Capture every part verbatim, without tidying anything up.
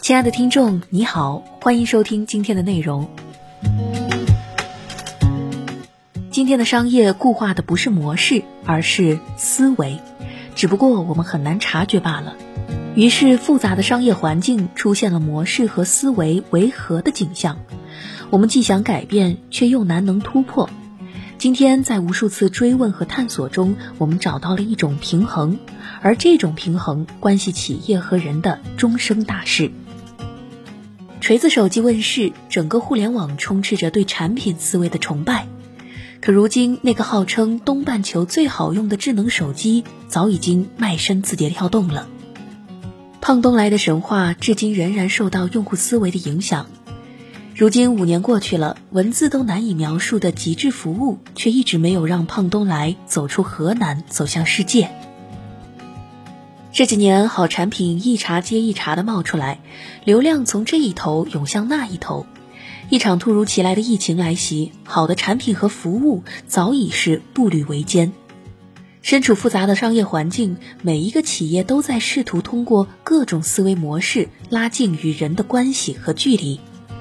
亲爱的听众，你好，欢迎收听今天的内容。今天的商业固化的不是模式，而是思维，只不过我们很难察觉罢了。于是复杂的商业环境出现了模式和思维违和的景象，我们既想改变，却又难能突破。今天在无数次追问和探索中，我们找到了一种平衡，而这种平衡关系企业和人的终生大事。锤子手机问世，整个互联网充斥着对产品思维的崇拜。可如今，那个号称东半球最好用的智能手机，早已经卖身字节跳动了。胖东来的神话至今仍然受到用户思维的影响。如今五年过去了，文字都难以描述的极致服务，却一直没有让胖东来走出河南，走向世界。这几年好产品一茬接一茬的冒出来，流量从这一头涌向那一头。一场突如其来的疫情来袭，好的产品和服务早已是步履维艰。身处复杂的商业环境，每一个企业都在试图通过各种思维模式拉近与人的关系和距离。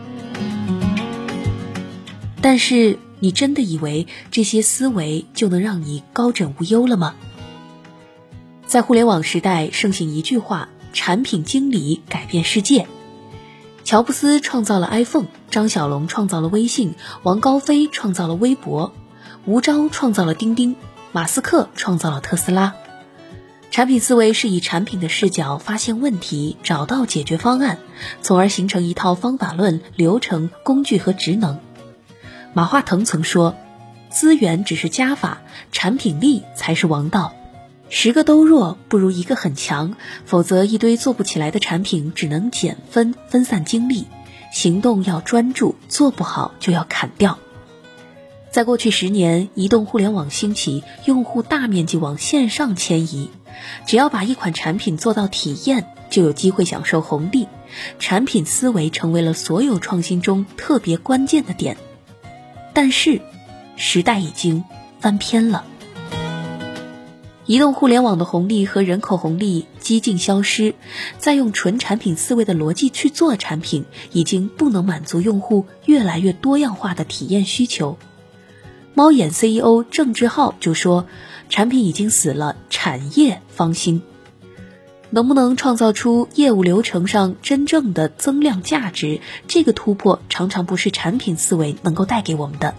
但是，你真的以为这些思维就能让你高枕无忧了吗？在互联网时代盛行一句话，产品经理改变世界。乔布斯创造了 iPhone， 张小龙创造了微信，王高飞创造了微博，吴钊创造了钉钉，马斯克创造了特斯拉。产品思维是以产品的视角发现问题，找到解决方案，从而形成一套方法论、流程、工具和职能。马化腾曾说，资源只是加法，产品力才是王道。十个都弱不如一个很强，否则一堆做不起来的产品只能减分，分散精力，行动要专注，做不好就要砍掉。在过去十年，移动互联网兴起，用户大面积往线上迁移，只要把一款产品做到体验，就有机会享受红利。产品思维成为了所有创新中特别关键的点。但是，时代已经翻篇了。移动互联网的红利和人口红利几近消失，再用纯产品思维的逻辑去做产品，已经不能满足用户越来越多样化的体验需求。猫眼 C E O 郑志浩就说，产品已经死了，产业方兴。能不能创造出业务流程上真正的增量价值，这个突破常常不是产品思维能够带给我们的。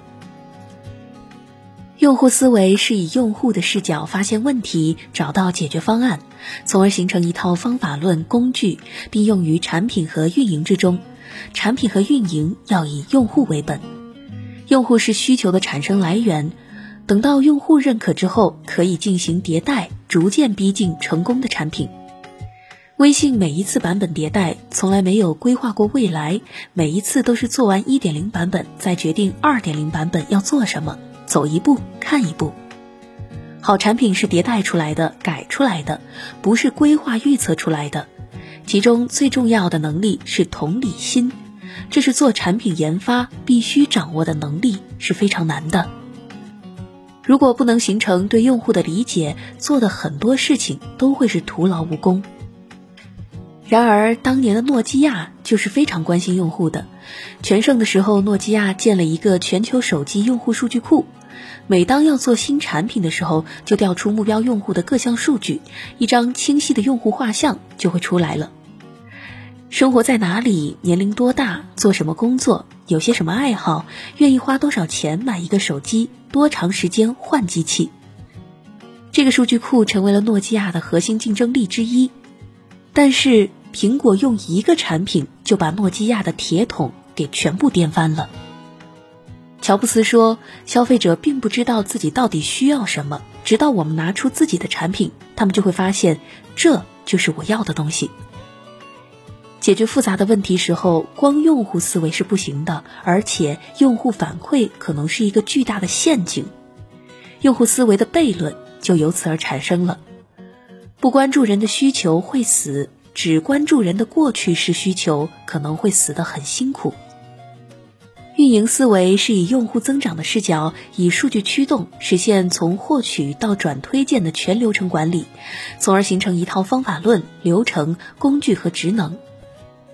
用户思维是以用户的视角发现问题，找到解决方案，从而形成一套方法论工具，并用于产品和运营之中。产品和运营要以用户为本，用户是需求的产生来源，等到用户认可之后，可以进行迭代，逐渐逼近成功的产品。微信每一次版本迭代，从来没有规划过未来，每一次都是做完 一点零 版本，再决定 二点零 版本要做什么，走一步看一步。好产品是迭代出来的，改出来的，不是规划预测出来的。其中最重要的能力是同理心，这是做产品研发必须掌握的能力，是非常难的。如果不能形成对用户的理解，做的很多事情都会是徒劳无功。然而当年的诺基亚就是非常关心用户的，全盛的时候，诺基亚建了一个全球手机用户数据库，每当要做新产品的时候，就调出目标用户的各项数据，一张清晰的用户画像就会出来了。生活在哪里，年龄多大，做什么工作，有些什么爱好，愿意花多少钱买一个手机，多长时间换机器。这个数据库成为了诺基亚的核心竞争力之一。但是苹果用一个产品就把诺基亚的铁桶给全部颠翻了。乔布斯说，消费者并不知道自己到底需要什么，直到我们拿出自己的产品，他们就会发现这就是我要的东西。解决复杂的问题时候，光用户思维是不行的，而且用户反馈可能是一个巨大的陷阱。用户思维的悖论就由此而产生了。不关注人的需求会死，只关注人的过去式需求可能会死得很辛苦。运营思维是以用户增长的视角，以数据驱动，实现从获取到转推荐的全流程管理，从而形成一套方法论、流程、工具和职能。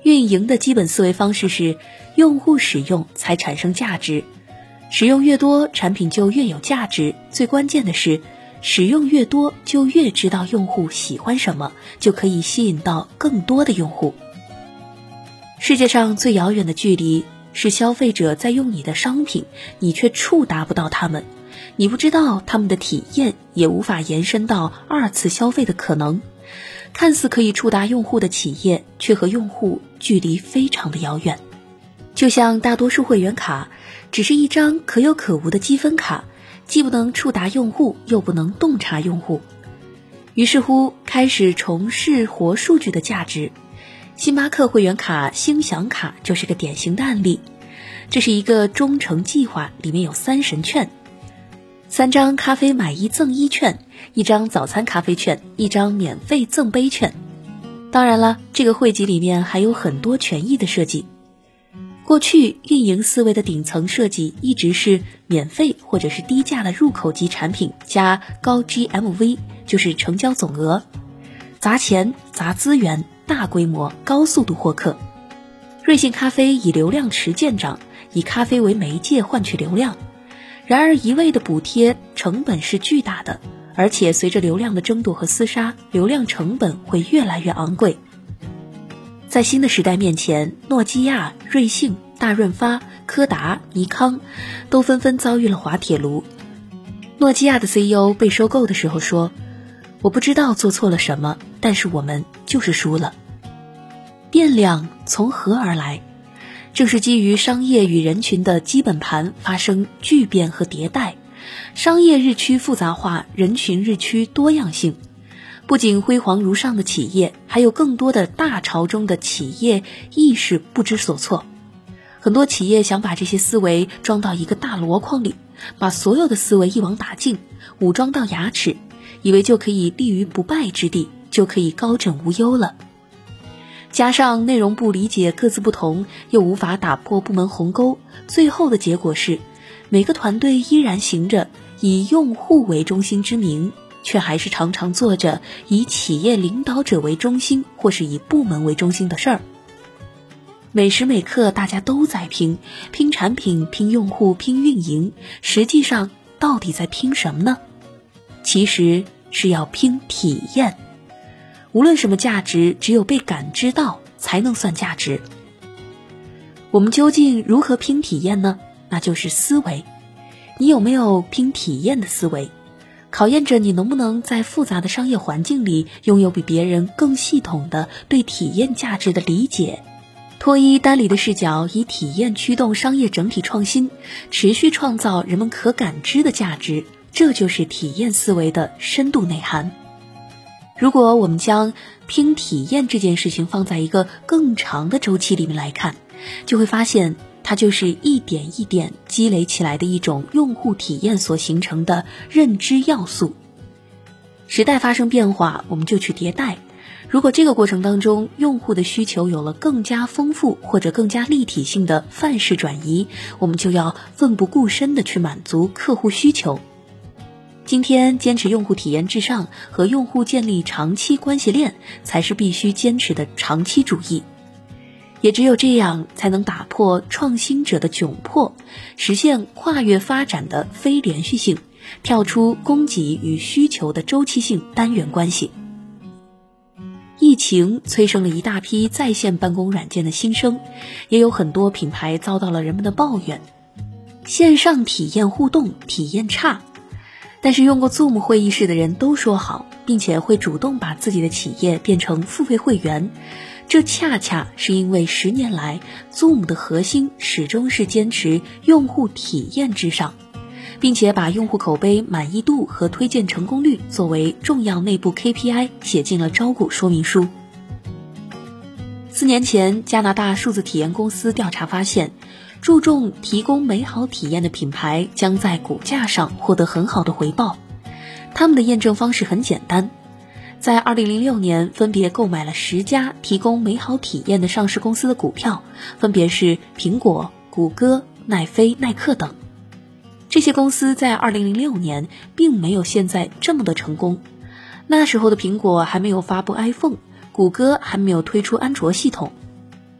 运营的基本思维方式是用户使用才产生价值，使用越多，产品就越有价值。最关键的是，使用越多，就越知道用户喜欢什么，就可以吸引到更多的用户。世界上最遥远的距离是消费者在用你的商品，你却触达不到他们，你不知道他们的体验，也无法延伸到二次消费的可能。看似可以触达用户的企业，却和用户距离非常的遥远。就像大多数会员卡，只是一张可有可无的积分卡，既不能触达用户，又不能洞察用户。于是乎，开始重视活数据的价值。星巴克会员卡星享卡就是个典型的案例。这是一个忠诚计划，里面有三神券，三张咖啡买一赠一券，一张早餐咖啡券，一张免费赠杯券。当然了，这个汇集里面还有很多权益的设计。过去运营思维的顶层设计一直是免费或者是低价的入口级产品加高 G M V， 就是成交总额，砸钱砸资源，大规模高速度获客。瑞幸咖啡以流量池见长，以咖啡为媒介换取流量。然而一味的补贴成本是巨大的，而且随着流量的争夺和厮杀，流量成本会越来越昂贵。在新的时代面前，诺基亚、瑞幸、大润发、柯达、尼康都纷纷遭遇了滑铁卢。诺基亚的 C E O 被收购的时候说，我不知道做错了什么，但是我们就是输了。变量从何而来？正是基于商业与人群的基本盘发生巨变和迭代，商业日趋复杂化，人群日趋多样性。不仅辉煌如上的企业，还有更多的大潮中的企业意识不知所措。很多企业想把这些思维装到一个大箩筐里，把所有的思维一网打尽，武装到牙齿，以为就可以立于不败之地，就可以高枕无忧了。加上内容部理解各自不同，又无法打破部门鸿沟，最后的结果是，每个团队依然行着以用户为中心之名，却还是常常做着以企业领导者为中心，或是以部门为中心的事儿。每时每刻大家都在拼，拼产品，拼用户，拼运营，实际上到底在拼什么呢？其实是要拼体验。无论什么价值，只有被感知到才能算价值。我们究竟如何拼体验呢？那就是思维。你有没有拼体验的思维？考验着你能不能在复杂的商业环境里拥有比别人更系统的对体验价值的理解。脱衣单里的视角，以体验驱动商业整体创新，持续创造人们可感知的价值，这就是体验思维的深度内涵。如果我们将拼体验这件事情放在一个更长的周期里面来看，就会发现它就是一点一点积累起来的一种用户体验所形成的认知要素。时代发生变化，我们就去迭代。如果这个过程当中，用户的需求有了更加丰富或者更加立体性的范式转移，我们就要奋不顾身地去满足客户需求。今天坚持用户体验至上，和用户建立长期关系链，才是必须坚持的长期主义。也只有这样，才能打破创新者的窘迫，实现跨越发展的非连续性，跳出供给与需求的周期性单元关系。疫情催生了一大批在线办公软件的新生，也有很多品牌遭到了人们的抱怨，线上体验互动体验差。但是用过 Zoom 会议室的人都说好，并且会主动把自己的企业变成付费会员，这恰恰是因为十年来 Zoom 的核心始终是坚持用户体验至上，并且把用户口碑满意度和推荐成功率作为重要内部 K P I 写进了招股说明书。四年前，加拿大数字体验公司调查发现，注重提供美好体验的品牌将在股价上获得很好的回报。他们的验证方式很简单，在二零零六年分别购买了十家提供美好体验的上市公司的股票，分别是苹果、谷歌、奈飞、耐克等。这些公司在二零零六年并没有现在这么的成功，那时候的苹果还没有发布 iPhone， 谷歌还没有推出安卓系统，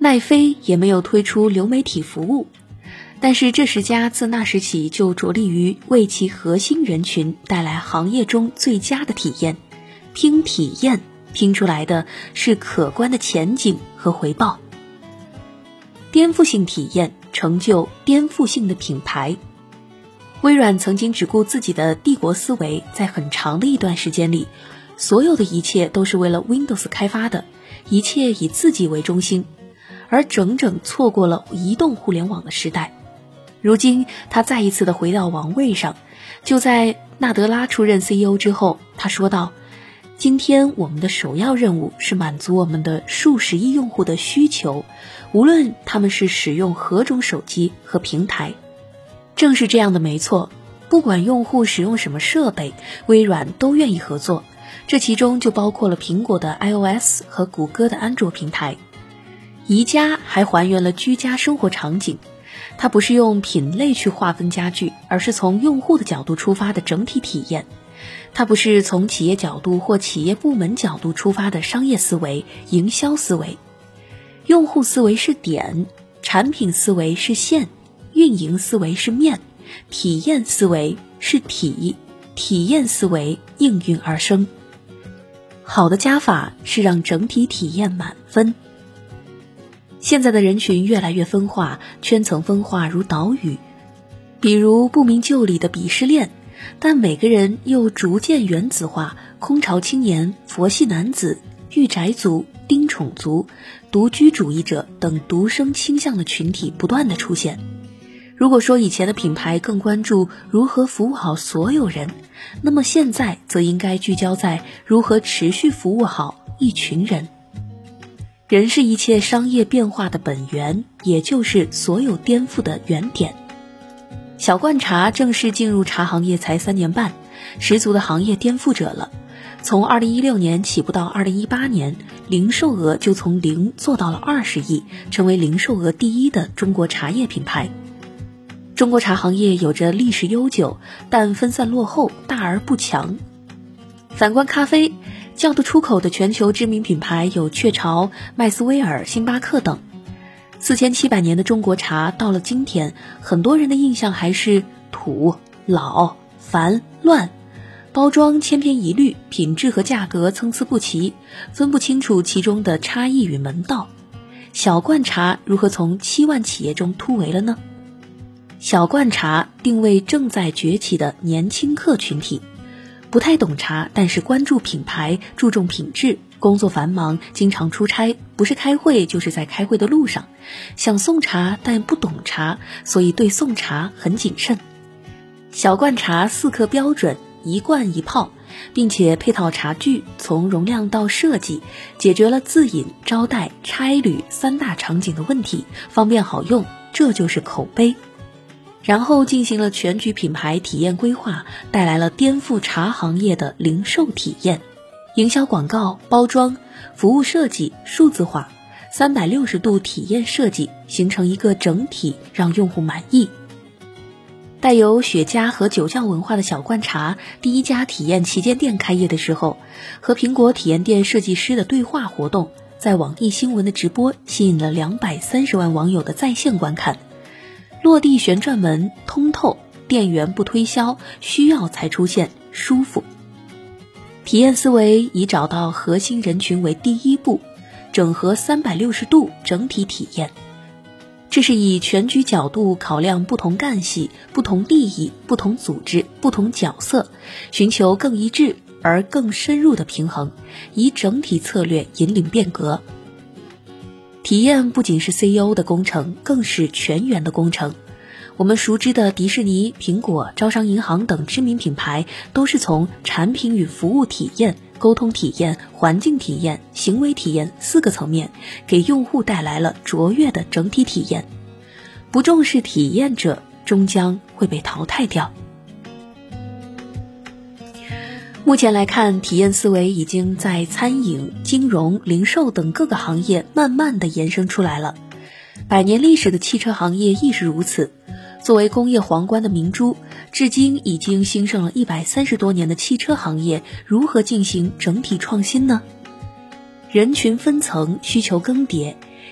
奈飞也没有推出流媒体服务，但是这十家自那时起就着力于为其核心人群带来行业中最佳的体验，拼体验，拼出来的是可观的前景和回报。颠覆性体验成就颠覆性的品牌。微软曾经只顾自己的帝国思维，在很长的一段时间里，所有的一切都是为了 Windows 开发的，一切以自己为中心，而整整错过了移动互联网的时代。如今他再一次的回到王位上，就在纳德拉出任 C E O 之后，他说道，今天我们的首要任务是满足我们的数十亿用户的需求，无论他们是使用何种手机和平台。正是这样的没错，不管用户使用什么设备，微软都愿意合作，这其中就包括了苹果的 iOS 和谷歌的安卓平台。宜家还还原了居家生活场景，它不是用品类去划分家具，而是从用户的角度出发的整体体验。它不是从企业角度或企业部门角度出发的商业思维、营销思维。用户思维是点，产品思维是线，运营思维是面，体验思维是体，体验思维应运而生。好的加法是让整体体验满分。现在的人群越来越分化，圈层分化如岛屿，比如不明就里的鄙视链，但每个人又逐渐原子化，空巢青年、佛系男子、御宅族、丁宠族、独居主义者等独生倾向的群体不断的出现。如果说以前的品牌更关注如何服务好所有人，那么现在则应该聚焦在如何持续服务好一群人。人是一切商业变化的本源，也就是所有颠覆的原点。小罐茶正式进入茶行业才三年半，十足的行业颠覆者了。从二零一六年起步到二零一八年，零售额就从零做到了二十亿，成为零售额第一的中国茶叶品牌。中国茶行业有着历史悠久，但分散落后，大而不强。反观咖啡，叫得出口的全球知名品牌有雀巢、麦斯威尔、星巴克等。四千七百年的中国茶到了今天，很多人的印象还是土、老、烦、乱，包装千篇一律，品质和价格参差不齐，分不清楚其中的差异与门道。小罐茶如何从七万企业中突围了呢？小罐茶定位正在崛起的年轻客群体，不太懂茶，但是关注品牌，注重品质，工作繁忙，经常出差，不是开会就是在开会的路上，想送茶但不懂茶，所以对送茶很谨慎。小罐茶四克标准，一罐一泡，并且配套茶具从容量到设计，解决了自饮、招待、差旅三大场景的问题，方便好用，这就是口碑。然后进行了全局品牌体验规划，带来了颠覆茶行业的零售体验。营销广告、包装、服务设计、数字化，三百六十度体验设计，形成一个整体，让用户满意。带有雪茄和酒窖文化的小罐茶，第一家体验旗舰店开业的时候，和苹果体验店设计师的对话活动，在网易新闻的直播吸引了两百三十万网友的在线观看。落地旋转门，通透，店员不推销，需要才出现，舒服。体验思维以找到核心人群为第一步，整合三百六十度整体体验。这是以全局角度考量不同干系、不同利益、不同组织、不同角色，寻求更一致而更深入的平衡，以整体策略引领变革。体验不仅是 C E O 的工程，更是全员的工程。我们熟知的迪士尼、苹果、招商银行等知名品牌，都是从产品与服务体验、沟通体验、环境体验、行为体验四个层面，给用户带来了卓越的整体体验。不重视体验者，终将会被淘汰掉。目前来看，体验思维已经在餐饮、金融、零售等各个行业慢慢地延伸出来了。百年历史的汽车行业亦是如此。作为工业皇冠的明珠，至今已经兴盛了一百三十多年的汽车行业，如何进行整体创新呢？人群分层，需求更迭，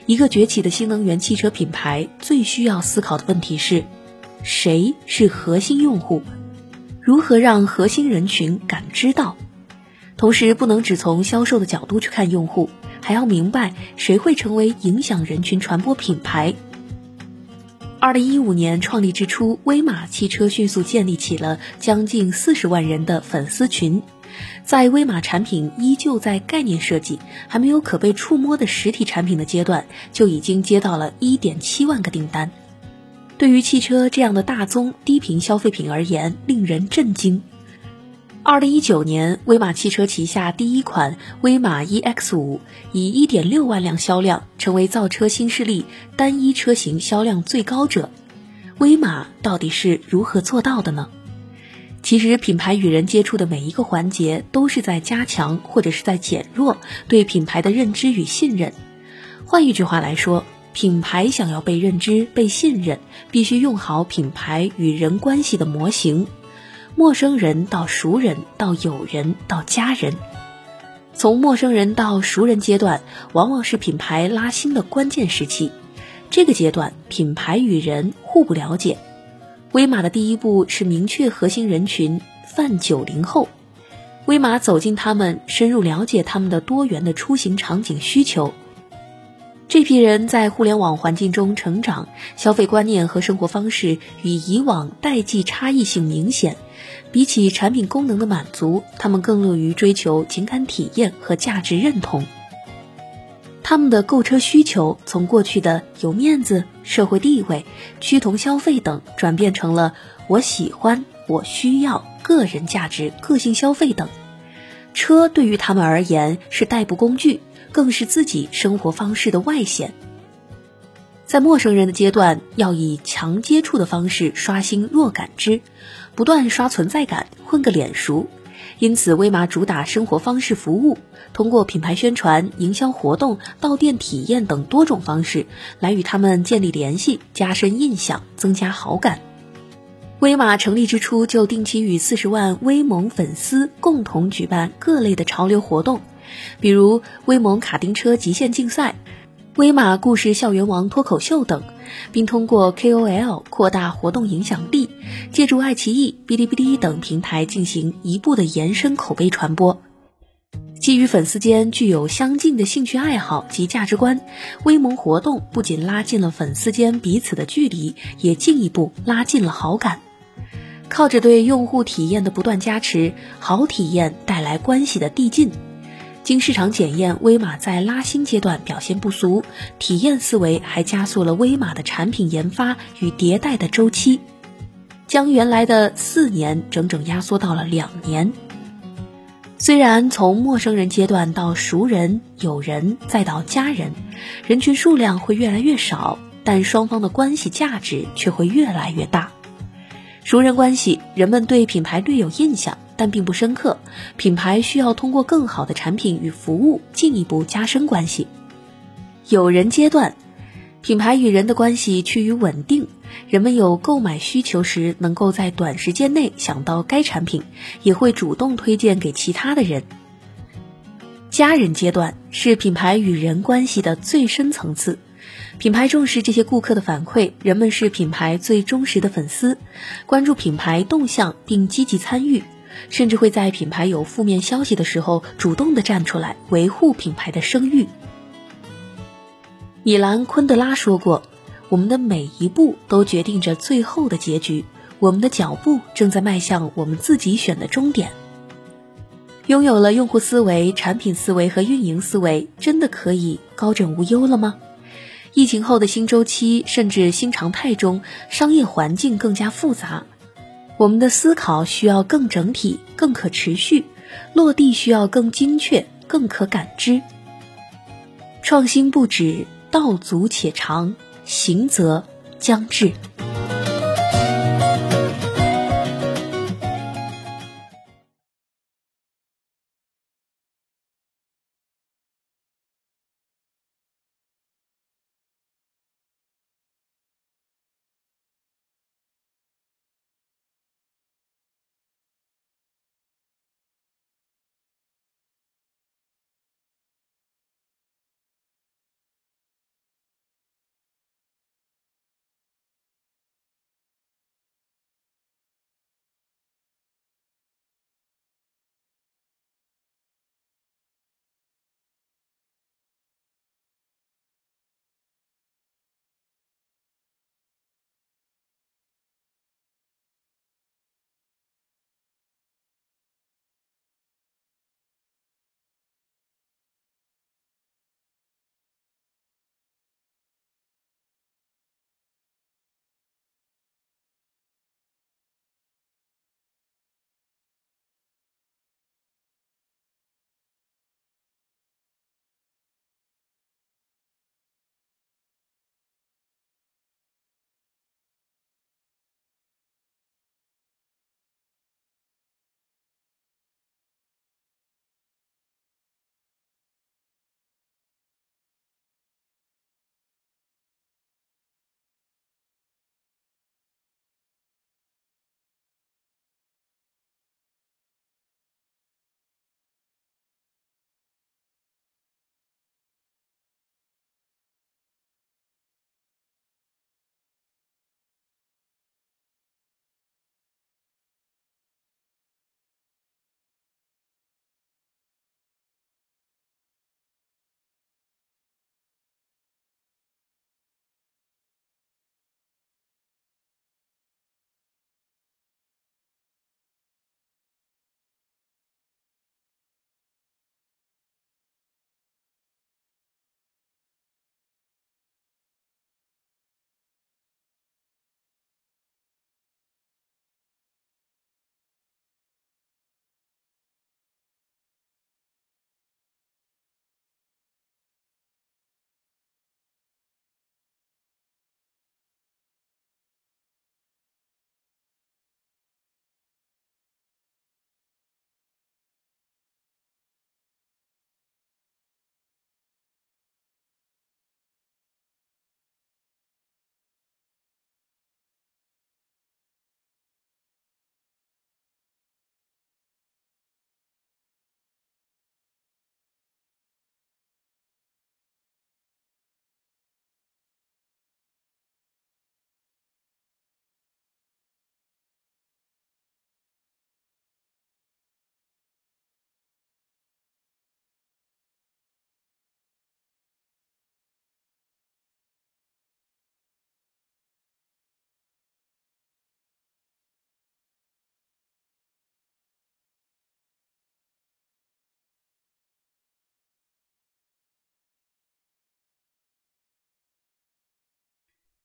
一个崛起的新能源汽车品牌最需要思考的问题是：谁是核心用户？如何让核心人群感知到？同时，不能只从销售的角度去看用户，还要明白谁会成为影响人群传播品牌。二零一五年创立之初，威马汽车迅速建立起了将近四十万人的粉丝群。在威马产品依旧在概念设计，还没有可被触摸的实体产品的阶段，就已经接到了 一点七万个订单。对于汽车这样的大宗低频消费品而言，令人震惊。二零一九年，威马汽车旗下第一款威马 E X 五 以 一点六万辆销量，成为造车新势力单一车型销量最高者。威马到底是如何做到的呢？其实品牌与人接触的每一个环节都是在加强或者是在减弱对品牌的认知与信任。换一句话来说，品牌想要被认知、被信任，必须用好品牌与人关系的模型，陌生人到熟人到友人到家人。从陌生人到熟人阶段，往往是品牌拉新的关键时期。这个阶段，品牌与人互不了解。威马的第一步是明确核心人群泛九零后，威马走进他们，深入了解他们的多元的出行场景需求。这批人在互联网环境中成长，消费观念和生活方式与以往代际差异性明显。比起产品功能的满足，他们更乐于追求情感体验和价值认同。他们的购车需求从过去的有面子、社会地位、趋同消费等，转变成了我喜欢、我需要、个人价值、个性消费等。车对于他们而言是代步工具，更是自己生活方式的外显。在陌生人的阶段，要以强接触的方式刷新弱感知，不断刷存在感，混个脸熟。因此威马主打生活方式服务，通过品牌宣传、营销活动、到店体验等多种方式来与他们建立联系，加深印象，增加好感。威马成立之初就定期与四十万威盟粉丝共同举办各类的潮流活动，比如威盟卡丁车极限竞赛、威马故事校园王脱口秀等，并通过 K O L 扩大活动影响力，借助爱奇艺、哔哩哔哩等平台进行一步的延伸口碑传播。基于粉丝间具有相近的兴趣爱好及价值观，威盟活动不仅拉近了粉丝间彼此的距离，也进一步拉近了好感。靠着对用户体验的不断加持，好体验带来关系的递进。经市场检验，威马在拉新阶段表现不俗，体验思维还加速了威马的产品研发与迭代的周期，将原来的四年整整压缩到了两年。虽然从陌生人阶段到熟人、友人再到家人，人群数量会越来越少，但双方的关系价值却会越来越大。熟人关系，人们对品牌略有印象，但并不深刻，品牌需要通过更好的产品与服务进一步加深关系。友人阶段，品牌与人的关系趋于稳定，人们有购买需求时能够在短时间内想到该产品，也会主动推荐给其他的人。家人阶段是品牌与人关系的最深层次，品牌重视这些顾客的反馈，人们是品牌最忠实的粉丝，关注品牌动向并积极参与，甚至会在品牌有负面消息的时候主动地站出来维护品牌的声誉。米兰昆德拉说过，我们的每一步都决定着最后的结局，我们的脚步正在迈向我们自己选的终点。拥有了用户思维、产品思维和运营思维，真的可以高枕无忧了吗？疫情后的新周期甚至新常态中，商业环境更加复杂，我们的思考需要更整体、更可持续，落地需要更精确、更可感知。创新不止，道阻且长，行则将至。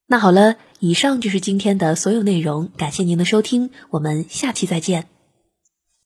那好了，以上就是今天的所有内容，感谢您的收听，我们下期再见。